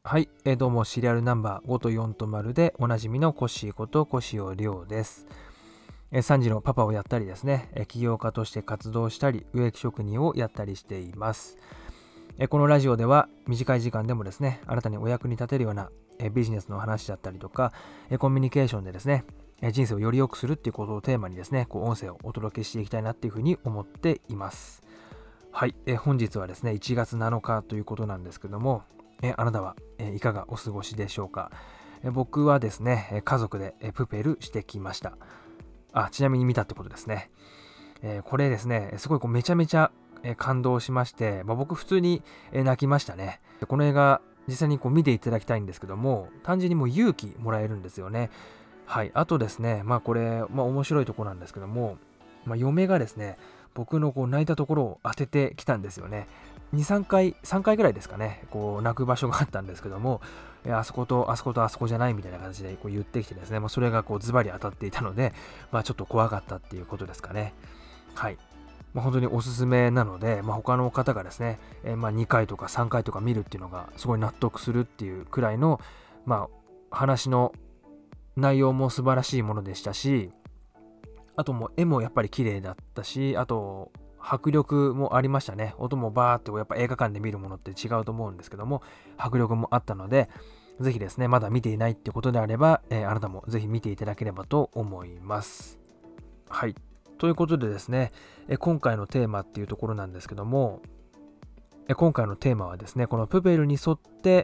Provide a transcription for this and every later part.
はい、どうもシリアルナンバー5と4と丸でおなじみのコッシーことコシオリョウです。3児のパパをやったりですね、起業家として活動したり、植木職人をやったりしています。このラジオでは短い時間でもですね、あなたにお役に立てるようなビジネスの話だったりとか、コミュニケーションでですね、人生をより良くするっていうことをテーマにですね、音声をお届けしていきたいなっていうふうに思っています。はい、本日はですね、1月7日ということなんですけども、あなたはいかがお過ごしでしょうか。僕はですね、家族でプペルしてきました。ちなみに見たってことですね。これですね、すごいめちゃめちゃ感動しまして、僕普通に泣きましたね。この映画、実際に見ていただきたいんですけども、単純にもう勇気もらえるんですよね。はい、あとですね、これ、面白いところなんですけども、嫁がですね、僕の泣いたところを当ててきたんですよね。2、3回、3回ぐらいですかね、泣く場所があったんですけども、あそことあそことあそこじゃないみたいな形で言ってきてですね、それがズバリ当たっていたので、ちょっと怖かったっていうことですかね。はい。本当におすすめなので、他の方がですね、2回とか3回とか見るっていうのがすごい納得するっていうくらいの、話の内容も素晴らしいものでしたし、あともう絵もやっぱり綺麗だったし、あと迫力もありましたね。音もバーってやっぱ映画館で見るものって違うと思うんですけども、迫力もあったので、ぜひですね、まだ見ていないってことであれば、あなたもぜひ見ていただければと思います。はい。ということでですね、今回のテーマっていうところなんですけども、今回のテーマはですね、このプペルに沿って、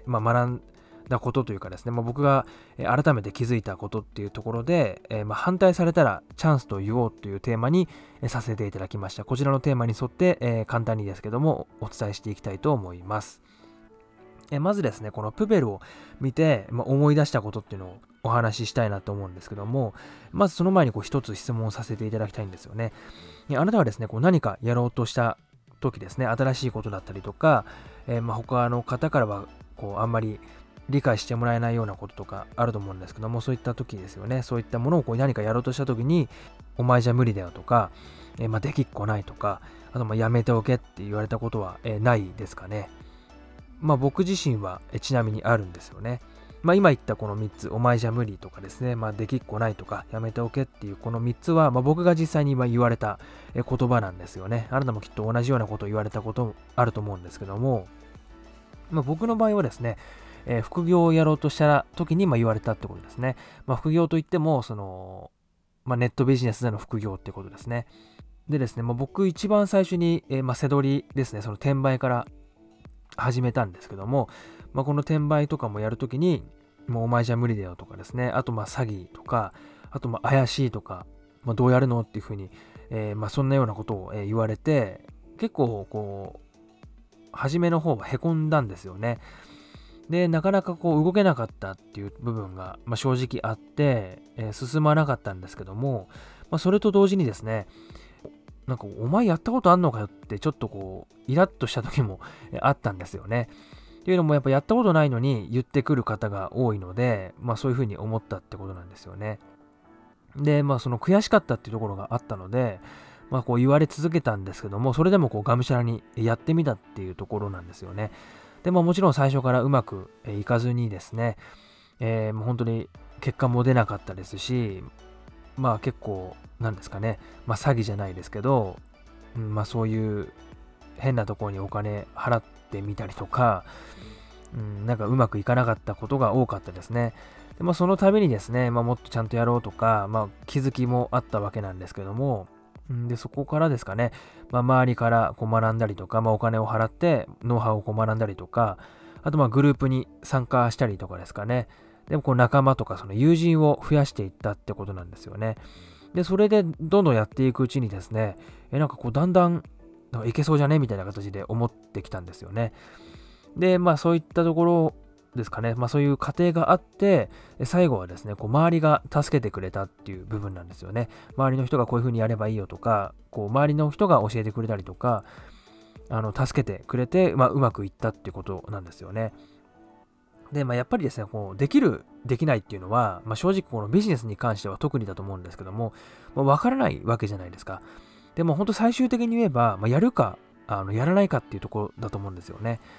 学んだことというかですね、僕が改めて気づいたことっていうところで、反対されたらチャンスと言おうというテーマにさせていただきました。こちらのテーマに沿って、簡単にですけどもお伝えしていきたいと思います。まずですね、このプペルを見て、思い出したことっていうのをお話ししたいなと思うんですけども、まずその前に一つ質問をさせていただきたいんですよね。あなたはですね、何かやろうとした時ですね、新しいことだったりとか、他の方からはあんまり理解してもらえないようなこととかあると思うんですけども、そういった時ですよね、そういったものを何かやろうとした時に、お前じゃ無理だよとか、できっこないとか、あとやめておけって言われたことはないですかね。僕自身はちなみにあるんですよね。今言ったこの3つ、お前じゃ無理とかですね、できっこないとか、やめておけっていうこの3つは、僕が実際に言われた言葉なんですよね。あなたもきっと同じようなことを言われたことあると思うんですけども、僕の場合はですね、副業をやろうとした時に言われたってことですね。副業といっても、ネットビジネスでの副業ってことですね。でですね、僕一番最初に、背取りですね、その転売から始めたんですけども、この転売とかもやるときに、もうお前じゃ無理だよとかですね、あと詐欺とか、あと怪しいとか、どうやるのっていうふうに、そんなようなことを言われて、結構初めの方はへこんだんですよね。で、なかなか動けなかったっていう部分が、正直あって、進まなかったんですけども、それと同時にですね、なんかお前やったことあんのかよってちょっとイラッとした時もあったんですよね。っていうのもやっぱやったことないのに言ってくる方が多いので、そういうふうに思ったってことなんですよね。で、その悔しかったっていうところがあったので、言われ続けたんですけども、それでもがむしゃらにやってみたっていうところなんですよね。でももちろん最初からうまくいかずにですね、もう本当に結果も出なかったですし、結構なんですかね、詐欺じゃないですけど、そういう変なところにお金払ってみたりとか、なんかうまくいかなかったことが多かったですね。でその度にですね、もっとちゃんとやろうとか、気づきもあったわけなんですけども、でそこからですかね、周りから学んだりとか、お金を払ってノウハウを学んだりとか、あとグループに参加したりとかですかね。でも仲間とかその友人を増やしていったってことなんですよね。で、それでどんどんやっていくうちにですね、なんかだんだんなんかいけそうじゃねみたいな形で思ってきたんですよね。で、そういったところですかね、そういう過程があって、最後はですね、周りが助けてくれたっていう部分なんですよね。周りの人がこういう風にやればいいよとか、周りの人が教えてくれたりとか、助けてくれて、うまくいったっていうことなんですよね。で、やっぱりですね、できる、できないっていうのは、正直このビジネスに関しては特にだと思うんですけども、わからないわけじゃないですか。でも本当最終的に言えば、やるか、やらないかっていうところだと思うんですよね。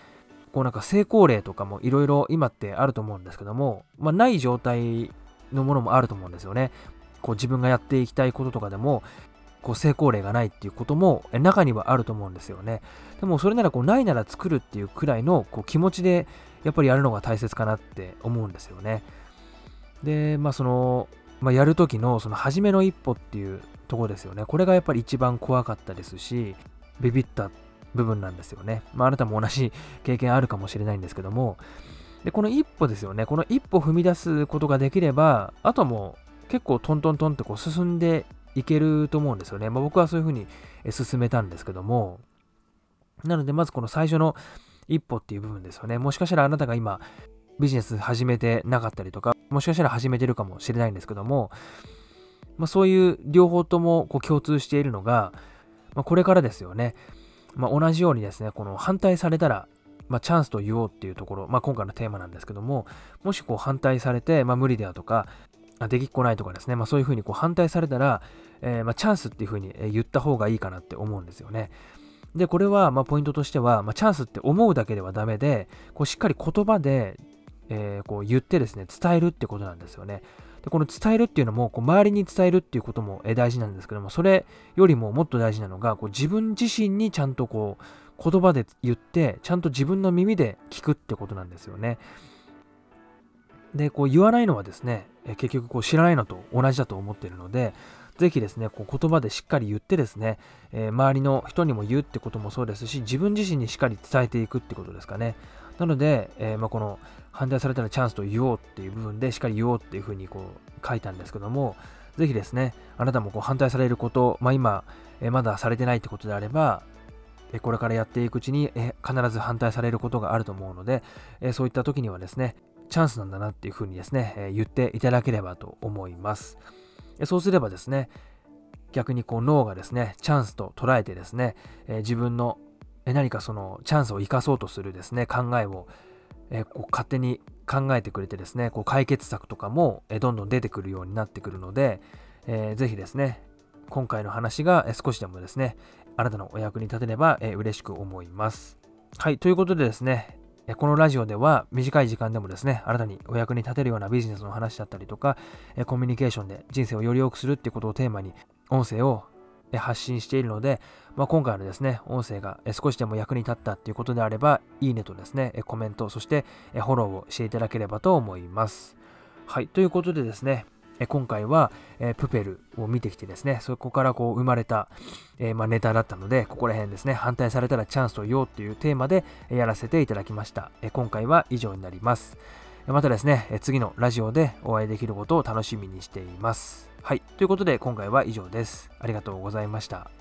こうなんか成功例とかもいろいろ今ってあると思うんですけども、ない状態のものもあると思うんですよね。こう自分がやっていきたいこととかでもこう成功例がないっていうことも中にはあると思うんですよね。でもそれならこうないなら作るっていうくらいのこう気持ちでやっぱりやるのが大切かなって思うんですよね。で、やる時のその初めの一歩っていうところですよね。これがやっぱり一番怖かったですし、ビビった部分なんですよね。あなたも同じ経験あるかもしれないんですけども、で、この一歩ですよね。この一歩踏み出すことができれば、あとはもう結構トントントンってこう進んでいけると思うんですよね。僕はそういうふうに進めたんですけども、なのでまずこの最初の一歩っていう部分ですよね。もしかしたらあなたが今ビジネス始めてなかったりとか、もしかしたら始めてるかもしれないんですけども、そういう両方ともこう共通しているのが、これからですよね。同じようにですね、この反対されたら、チャンスと言おうっていうところ、今回のテーマなんですけども、もしこう反対されて、無理であとか、できっこないとかですね、そういうふうにこう反対されたら、チャンスっていうふうに言った方がいいかなって思うんですよね。で、これはポイントとしては、チャンスって思うだけではダメで、こうしっかり言葉で、こう言ってですね、伝えるってことなんですよね。で、この伝えるっていうのも、こう周りに伝えるっていうことも大事なんですけども、それよりももっと大事なのが、こう自分自身にちゃんとこう言葉で言って、ちゃんと自分の耳で聞くってことなんですよね。で、こう言わないのはですね、結局こう知らないのと同じだと思っているので、ぜひですね、こう言葉でしっかり言ってですね、周りの人にも言うってこともそうですし、自分自身にしっかり伝えていくってことですかね。なので、この反対されたらチャンスと言おうっていう部分でしっかり言おうっていうふうにこう書いたんですけども、ぜひですね、あなたもこう反対されること、今、まだされてないってことであれば、これからやっていくうちに、必ず反対されることがあると思うので、そういった時にはですね、チャンスなんだなっていうふうにですね、言っていただければと思います。そうすればですね、逆にこう脳がですね、チャンスと捉えてですね、自分の何かそのチャンスを生かそうとするですね、考えを、こう勝手に考えてくれてですね、こう解決策とかも、どんどん出てくるようになってくるので、ぜひですね、今回の話が少しでもですね、あなたのお役に立てれば、嬉しく思います。はい、ということでですね、このラジオでは短い時間でもですね、あなたにお役に立てるようなビジネスの話だったりとか、コミュニケーションで人生をより良くするっていうことをテーマに音声を発信しているので、今回のですね、音声が少しでも役に立ったっていうことであれば、いいねとですね、コメント、そしてフォローをしていただければと思います。はい、ということでですね、今回は、プペルを見てきてですね、そこからこう生まれた、ネタだったので、ここら辺ですね、反対されたらチャンスと言おうっていうテーマでやらせていただきました。今回は以上になります。またですね、次のラジオでお会いできることを楽しみにしています。はい、ということで今回は以上です。ありがとうございました。